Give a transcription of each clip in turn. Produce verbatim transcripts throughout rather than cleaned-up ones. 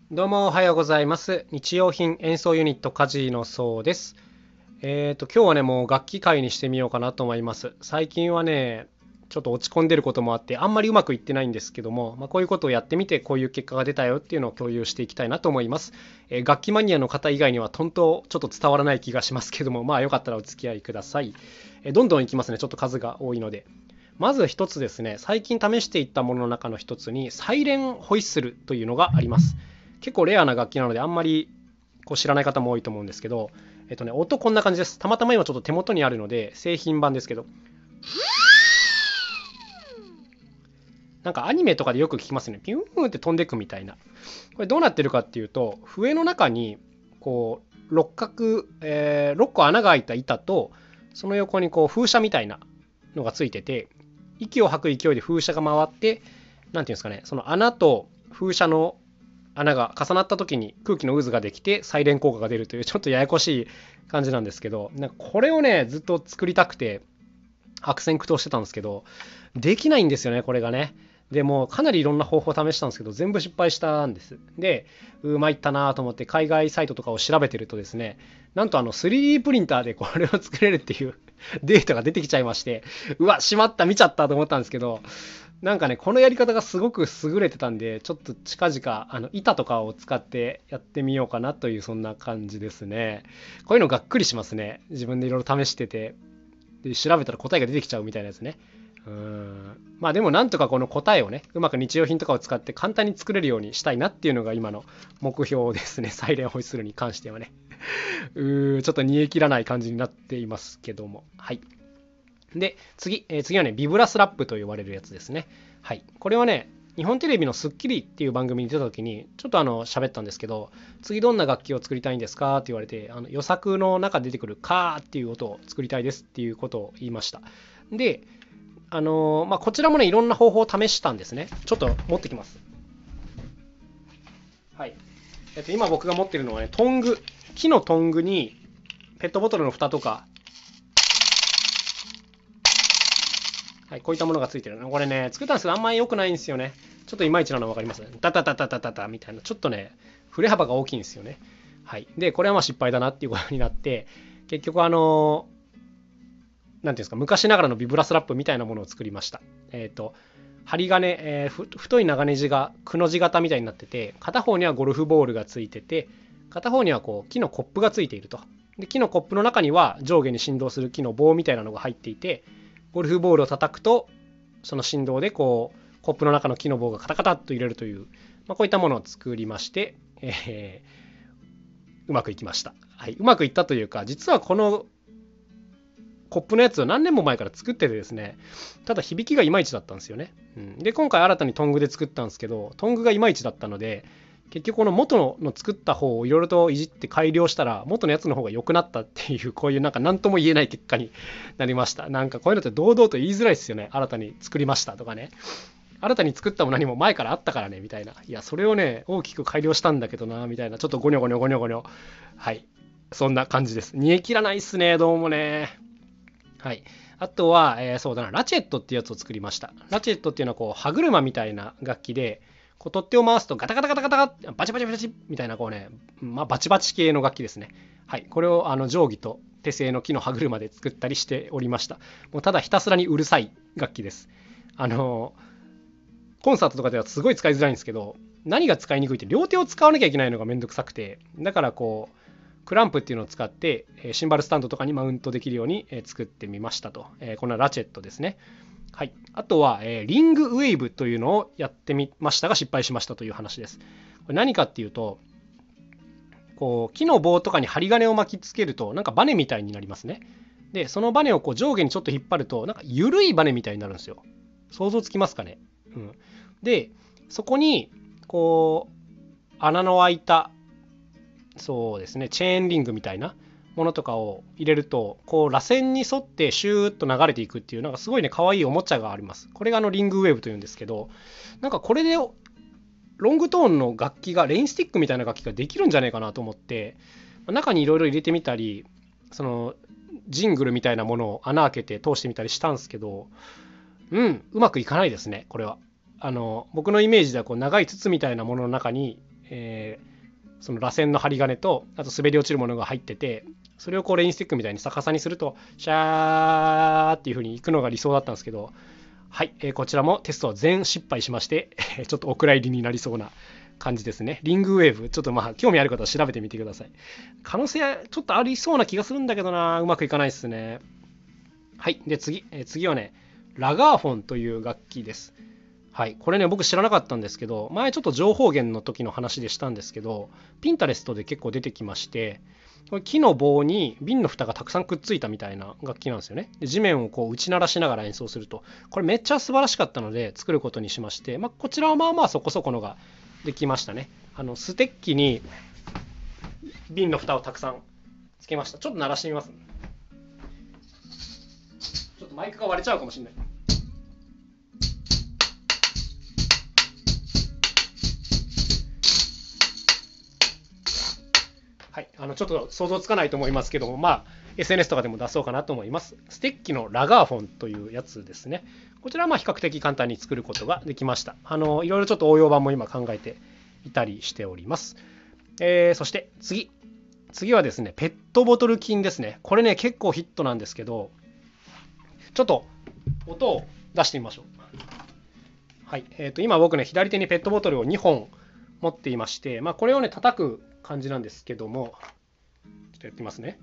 どうもおはようございます。日用品演奏ユニットカジのそうです。えっと今日はねもう楽器会にしてみようかなと思います。最近はねちょっと落ち込んでることもあってあんまりうまくいってないんですけども、まあ、こういうことをやってみてこういう結果が出たよっていうのを共有していきたいなと思います。えー楽器マニアの方以外には本当ちょっと伝わらない気がしますけども、まあよかったらお付き合いください。えーどんどんいきますね。ちょっと数が多いので。まず一つですね、最近試していったものの中の一つにサイレンホイッスルというのがあります。結構レアな楽器なのであんまりこう知らない方も多いと思うんですけど、えっとね、音こんな感じです。たまたま今ちょっと手元にあるので製品版ですけど、なんかアニメとかでよく聞きますね。ピューンって飛んでくみたいな。これどうなってるかっていうと、笛の中にこう六角、えー、ろっこ穴が開いた板と、その横にこう風車みたいなのがついてて、息を吐く勢いで風車が回って、なんていうんですかね、その穴と風車の穴が重なった時に空気の渦ができてサイレン効果が出るというちょっとややこしい感じなんですけど、なんかこれをねずっと作りたくて悪戦苦闘してたんですけど、できないんですよねこれがね。でもかなりいろんな方法を試したんですけど全部失敗したんです。でうまいったなと思って海外サイトとかを調べてるとですね、なんとあの スリーディー プリンターでこれを作れるっていうデータが出てきちゃいまして、うわしまった見ちゃったと思ったんですけど、なんかねこのやり方がすごく優れてたんで、ちょっと近々あの板とかを使ってやってみようかなというそんな感じですね。こういうのがっくりしますね。自分でいろいろ試してて、で調べたら答えが出てきちゃうみたいなやつね。うーんまあでもなんとかこの答えをねうまく日用品とかを使って簡単に作れるようにしたいなっていうのが今の目標ですね。サイレンホイッスルに関してはね。うーちょっと煮え切らない感じになっていますけども、はい。で次、えー次はねビブラスラップと呼ばれるやつですね。はい。これはね日本テレビの『スッキリ』っていう番組に出た時にちょっとあの喋ったんですけど、次どんな楽器を作りたいんですかって言われて、あの予作の中で出てくるカーっていう音を作りたいですっていうことを言いました。であのーまあ、こちらもねいろんな方法を試したんですね。ちょっと持ってきます。はい。えっと、今僕が持ってるのはねトング、木のトングにペットボトルの蓋とか、はい、こういったものがついてるの。これね作ったんですけどあんまり良くないんですよね。ちょっといまいちなの分かります？ダタタタタタタみたいな、ちょっとね振れ幅が大きいんですよね。はい。でこれはまあ失敗だなっていうことになって、結局あのなんていうんですか、昔ながらのビブラスラップみたいなものを作りました。えっ、と針金、えー太い長ネジがくの字型みたいになってて、片方にはゴルフボールがついてて、片方にはこう木のコップがついていると。で木のコップの中には上下に振動する木の棒みたいなのが入っていて、ゴルフボールを叩くとその振動でこうコップの中の木の棒がカタカタっと揺れるという、まあ、こういったものを作りまして、えーうまくいきました。はい、うまくいったというか、実はこのコップのやつを何年も前から作っててですね、ただ響きがいまいちだったんですよね。うん、で今回新たにトングで作ったんですけど、トングがいまいちだったので、結局この元の作った方をいろいろといじって改良したら元のやつの方が良くなったっていう、こういうなんか何とも言えない結果になりました。なんかこういうのって堂々と言いづらいですよね。新たに作りましたとかね、新たに作ったも何も前からあったからねみたいな、いやそれをね大きく改良したんだけどなみたいな、ちょっとゴニョゴニョゴニョゴニョ、はい、そんな感じです。煮え切らないっすねどうもね。はい。あとは、えーそうだな、ラチェットっていうやつを作りました。ラチェットっていうのはこう歯車みたいな楽器で、こう取っ手を回すとガタガタガタガタガタ、バチバチバチみたいなこうね、まあ、バチバチ系の楽器ですね。はい。これをあの定規と手製の木の歯車で作ったりしておりました。もうただひたすらにうるさい楽器です。あのコンサートとかではすごい使いづらいんですけど、何が使いにくいって両手を使わなきゃいけないのがめんどくさくて、だからこうクランプっていうのを使ってシンバルスタンドとかにマウントできるように作ってみましたと。このラチェットですね。はい。あとはリングウェーブというのをやってみましたが失敗しましたという話です。これ何かっていうと、こう木の棒とかに針金を巻きつけるとなんかバネみたいになりますね。でそのバネをこう上下にちょっと引っ張るとなんか緩いバネみたいになるんですよ。想像つきますかね？うん。でそこにこう穴の開いた、そうですね、チェーンリングみたいなものとかを入れるとこう螺旋に沿ってシューッと流れていくっていう、なんかすごいね可愛いおもちゃがあります。これがあのリングウェーブというんですけど、なんかこれでロングトーンの楽器がレインスティックみたいな楽器ができるんじゃないかなと思って、中にいろいろ入れてみたり、そのジングルみたいなものを穴開けて通してみたりしたんですけど、うんうまくいかないですねこれは。あの僕のイメージではこう長い筒みたいなものの中にえーその螺旋の針金とあと滑り落ちるものが入ってて、それをこうレインスティックみたいに逆さにするとシャーっていう風にいくのが理想だったんですけど、はい、えーこちらもテストは全失敗しまして、ちょっとお蔵入りになりそうな感じですね。リングウェーブ、ちょっとまあ興味ある方は調べてみてください。可能性はちょっとありそうな気がするんだけどな、うまくいかないですね。はい、で次、えー次はね、ラガーフォンという楽器です。はい、これね僕知らなかったんですけど、前ちょっと情報源の時の話でしたんですけど、ピンタレストで結構出てきまして、これ木の棒に瓶の蓋がたくさんくっついたみたいな楽器なんですよね。で地面をこう打ち鳴らしながら演奏すると、これめっちゃ素晴らしかったので作ることにしまして、まあ、こちらはまあまあそこそこのができましたね。あのステッキに瓶の蓋をたくさんつけました。ちょっと鳴らしてみます。ちょっとマイクが割れちゃうかもしれない。はい、あのちょっと想像つかないと思いますけども、まあ、エスエヌエス とかでも出そうかなと思います。ステッキのラガーフォンというやつですね。こちらはまあ比較的簡単に作ることができました。あのいろいろちょっと応用版も今考えていたりしております。えー、そして次。次はですね、ペットボトル菌ですね。これね、結構ヒットなんですけど、ちょっと音を出してみましょう。はい、えー、と今僕ね、左手にペットボトルをにほん持っていまして、まあ、これをね、叩く感じなんですけども、ちょっとやってみますね。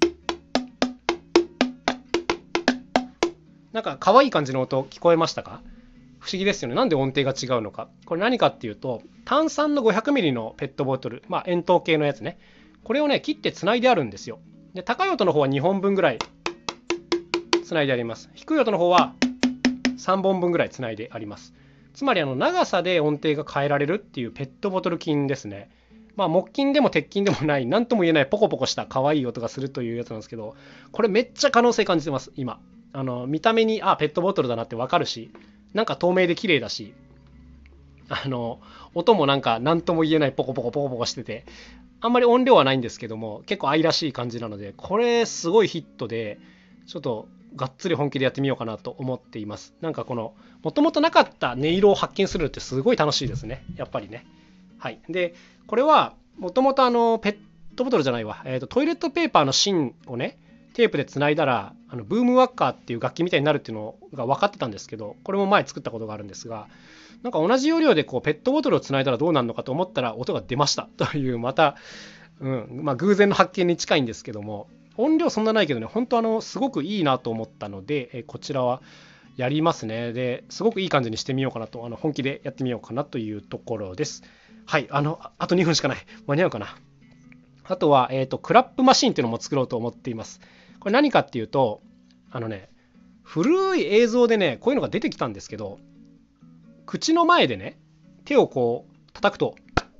なんか可愛い感じの音聞こえましたか？不思議ですよね。なんで音程が違うのか。これ何かっていうと、炭酸の ごひゃくミリリットル のペットボトル、まあ円筒形のやつね。これをね、切ってつないであるんですよ。で、高い音の方はにほんぶんぐらいつないであります。低い音の方はさんぼんぶんぐらいつないであります。つまりあの長さで音程が変えられるっていうペットボトル菌ですね。まあ木琴でも鉄琴でもない、何とも言えないポコポコした可愛い音がするというやつなんですけど、これめっちゃ可能性感じてます、今。あの見た目に、あ、ペットボトルだなってわかるし、なんか透明で綺麗だし、あの音もなんか何とも言えないポコポコポコポコしてて、あんまり音量はないんですけども、結構愛らしい感じなので、これすごいヒットで、ちょっとがっつり本気でやってみようかなと思っています。なんかこの、もともとなかった音色を発見するってすごい楽しいですね、やっぱりね。はい。で、これは、もともとあの、ペットボトルじゃないわ、えーと、トイレットペーパーの芯をね、テープでつないだら、あのブームワッカーっていう楽器みたいになるっていうのが分かってたんですけど、これも前作ったことがあるんですが、なんか同じ要領でこうペットボトルをつないだらどうなるのかと思ったら音が出ましたという、また、うんまあ、偶然の発見に近いんですけども、音量そんなないけどね、本当あのすごくいいなと思ったので、えこちらはやりますね。ですごくいい感じにしてみようかなと、あの本気でやってみようかなというところです。はい、あのあとにふんしかない。間に合うかな。あとは、えーと、クラップマシンっていうのも作ろうと思っています。これ何かっていうと、あのね、古い映像でね、こういうのが出てきたんですけど、口の前でね、手をこう叩くと、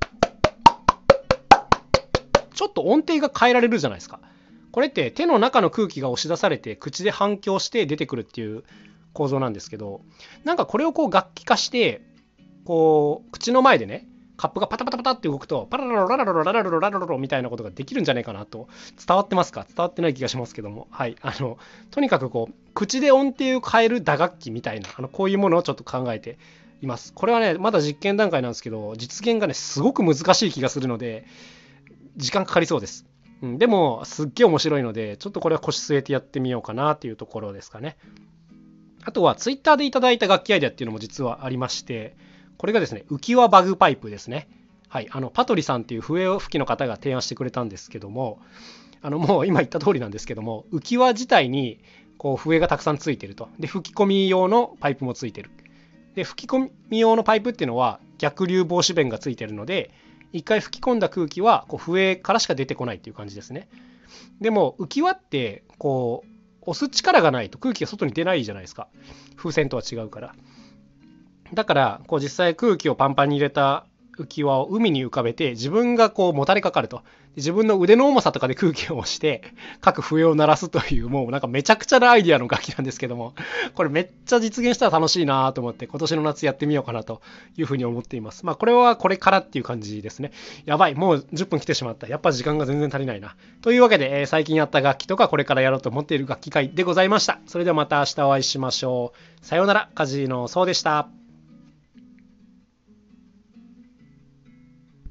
ちょっと音程が変えられるじゃないですか。これって手の中の空気が押し出されて口で反響して出てくるっていう構造なんですけど、なんかこれをこう楽器化して、こう口の前でね、カップがパタパタパタって動くと、パララロララロララロララロロみたいなことができるんじゃないかなと。伝わってますか？伝わってない気がしますけども。はい。あの、とにかくこう、口で音程を変える打楽器みたいな、あの、こういうものをちょっと考えています。これはね、まだ実験段階なんですけど、実現がね、すごく難しい気がするので、時間かかりそうです。うん、でも、すっげえ面白いので、ちょっとこれは腰据えてやってみようかなっていうところですかね。あとは、ツイッターでいただいた楽器アイデアっていうのも実はありまして、これがですね、浮き輪バグパイプですね。はい、あのパトリさんっていう笛吹きの方が提案してくれたんですけども、あのもう今言った通りなんですけども、浮き輪自体にこう笛がたくさんついてると。で、吹き込み用のパイプもついてる。で、吹き込み用のパイプっていうのは逆流防止弁がついてるので、一回吹き込んだ空気はこう笛からしか出てこないっていう感じですね。でも浮き輪ってこう押す力がないと空気が外に出ないじゃないですか。風船とは違うから。だからこう実際空気をパンパンに入れた浮き輪を海に浮かべて、自分がこうもたれかかると、自分の腕の重さとかで空気を押して各笛を鳴らすという、もうなんかめちゃくちゃなアイディアの楽器なんですけども、これめっちゃ実現したら楽しいなと思って、今年の夏やってみようかなというふうに思っています。まあこれはこれからっていう感じですね。やばい、もうじゅっぷん来てしまった。やっぱ時間が全然足りないな。というわけで、えー、最近やった楽器とかこれからやろうと思っている楽器会でございました。それではまた明日お会いしましょう。さようなら、カジノそうでした。